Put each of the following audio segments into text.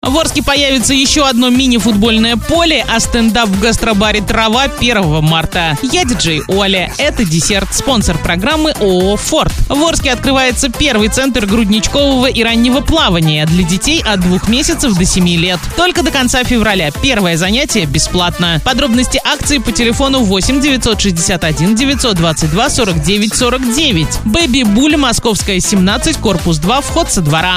В Орске появится еще одно мини-футбольное поле, а стендап в гастробаре «Трава» 1 марта. Я диджей Оля. Это десерт. Спонсор программы ООО «Форд». В Орске открывается первый центр грудничкового и раннего плавания для детей от 2 месяцев до 7 лет. Только до конца февраля. Первое занятие бесплатно. Подробности акции по телефону 8 961 922 49 49. Бэби Буль, Московская, 17, корпус 2, вход со двора.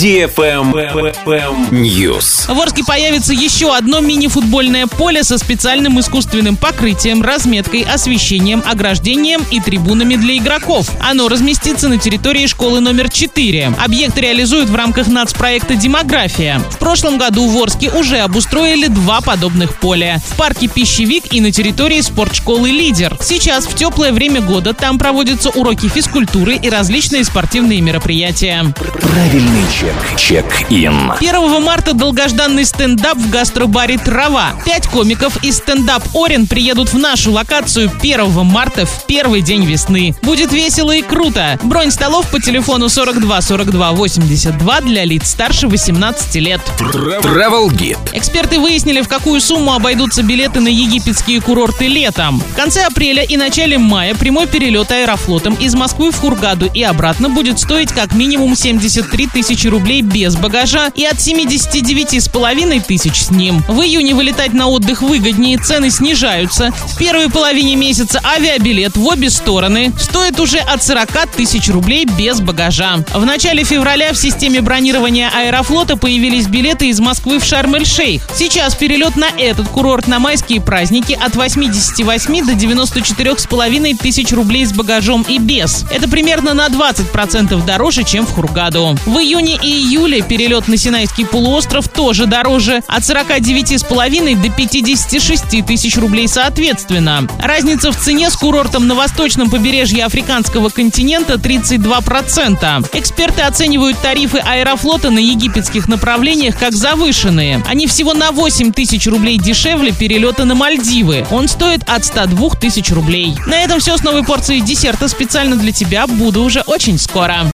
News. В Орске появится еще одно мини-футбольное поле со специальным искусственным покрытием, разметкой, освещением, ограждением и трибунами для игроков. Оно разместится на территории школы номер 4. Объект реализуют в рамках нацпроекта «Демография». В прошлом году в Орске уже обустроили 2 подобных поля. В парке «Пищевик» и на территории спортшколы «Лидер». Сейчас в теплое время года там проводятся уроки физкультуры и различные спортивные мероприятия. Правильный чек. Чек-ин. 1 марта долгожданный стендап в гастробаре «Трава». 5 комиков из стендап «Орен» приедут в нашу локацию 1 марта в первый день весны. Будет весело и круто. Бронь столов по телефону 42 42 82 для лиц старше 18 лет. Travel Guide. Эксперты выяснили, в какую сумму обойдутся билеты на египетские курорты летом. В конце апреля и начале мая прямой перелет Аэрофлотом из Москвы в Хургаду и обратно будет стоить как минимум 73 тысячи рублей без багажа и от 79,5 тысяч с ним. В июне вылетать на отдых выгоднее, цены снижаются. В первой половине месяца авиабилет в обе стороны стоит уже от 40 тысяч рублей без багажа. В начале февраля в системе бронирования Аэрофлота появились билеты из Москвы в Шарм-эль-Шейх. Сейчас перелет на этот курорт на майские праздники от 88 до 94,5 тысяч рублей с багажом и без. Это примерно на 20% дороже, чем в Хургаду. В июне и июле перелет на Синайский полуостров тоже дороже, от 49,5 до 56 тысяч рублей соответственно. Разница в цене с курортом на восточном побережье африканского континента 32%. Эксперты оценивают тарифы Аэрофлота на египетских направлениях как завышенные. Они всего на 8 тысяч рублей дешевле перелета на Мальдивы. Он стоит от 102 тысяч рублей. На этом все с новой порцией десерта специально для тебя. Буду уже очень скоро.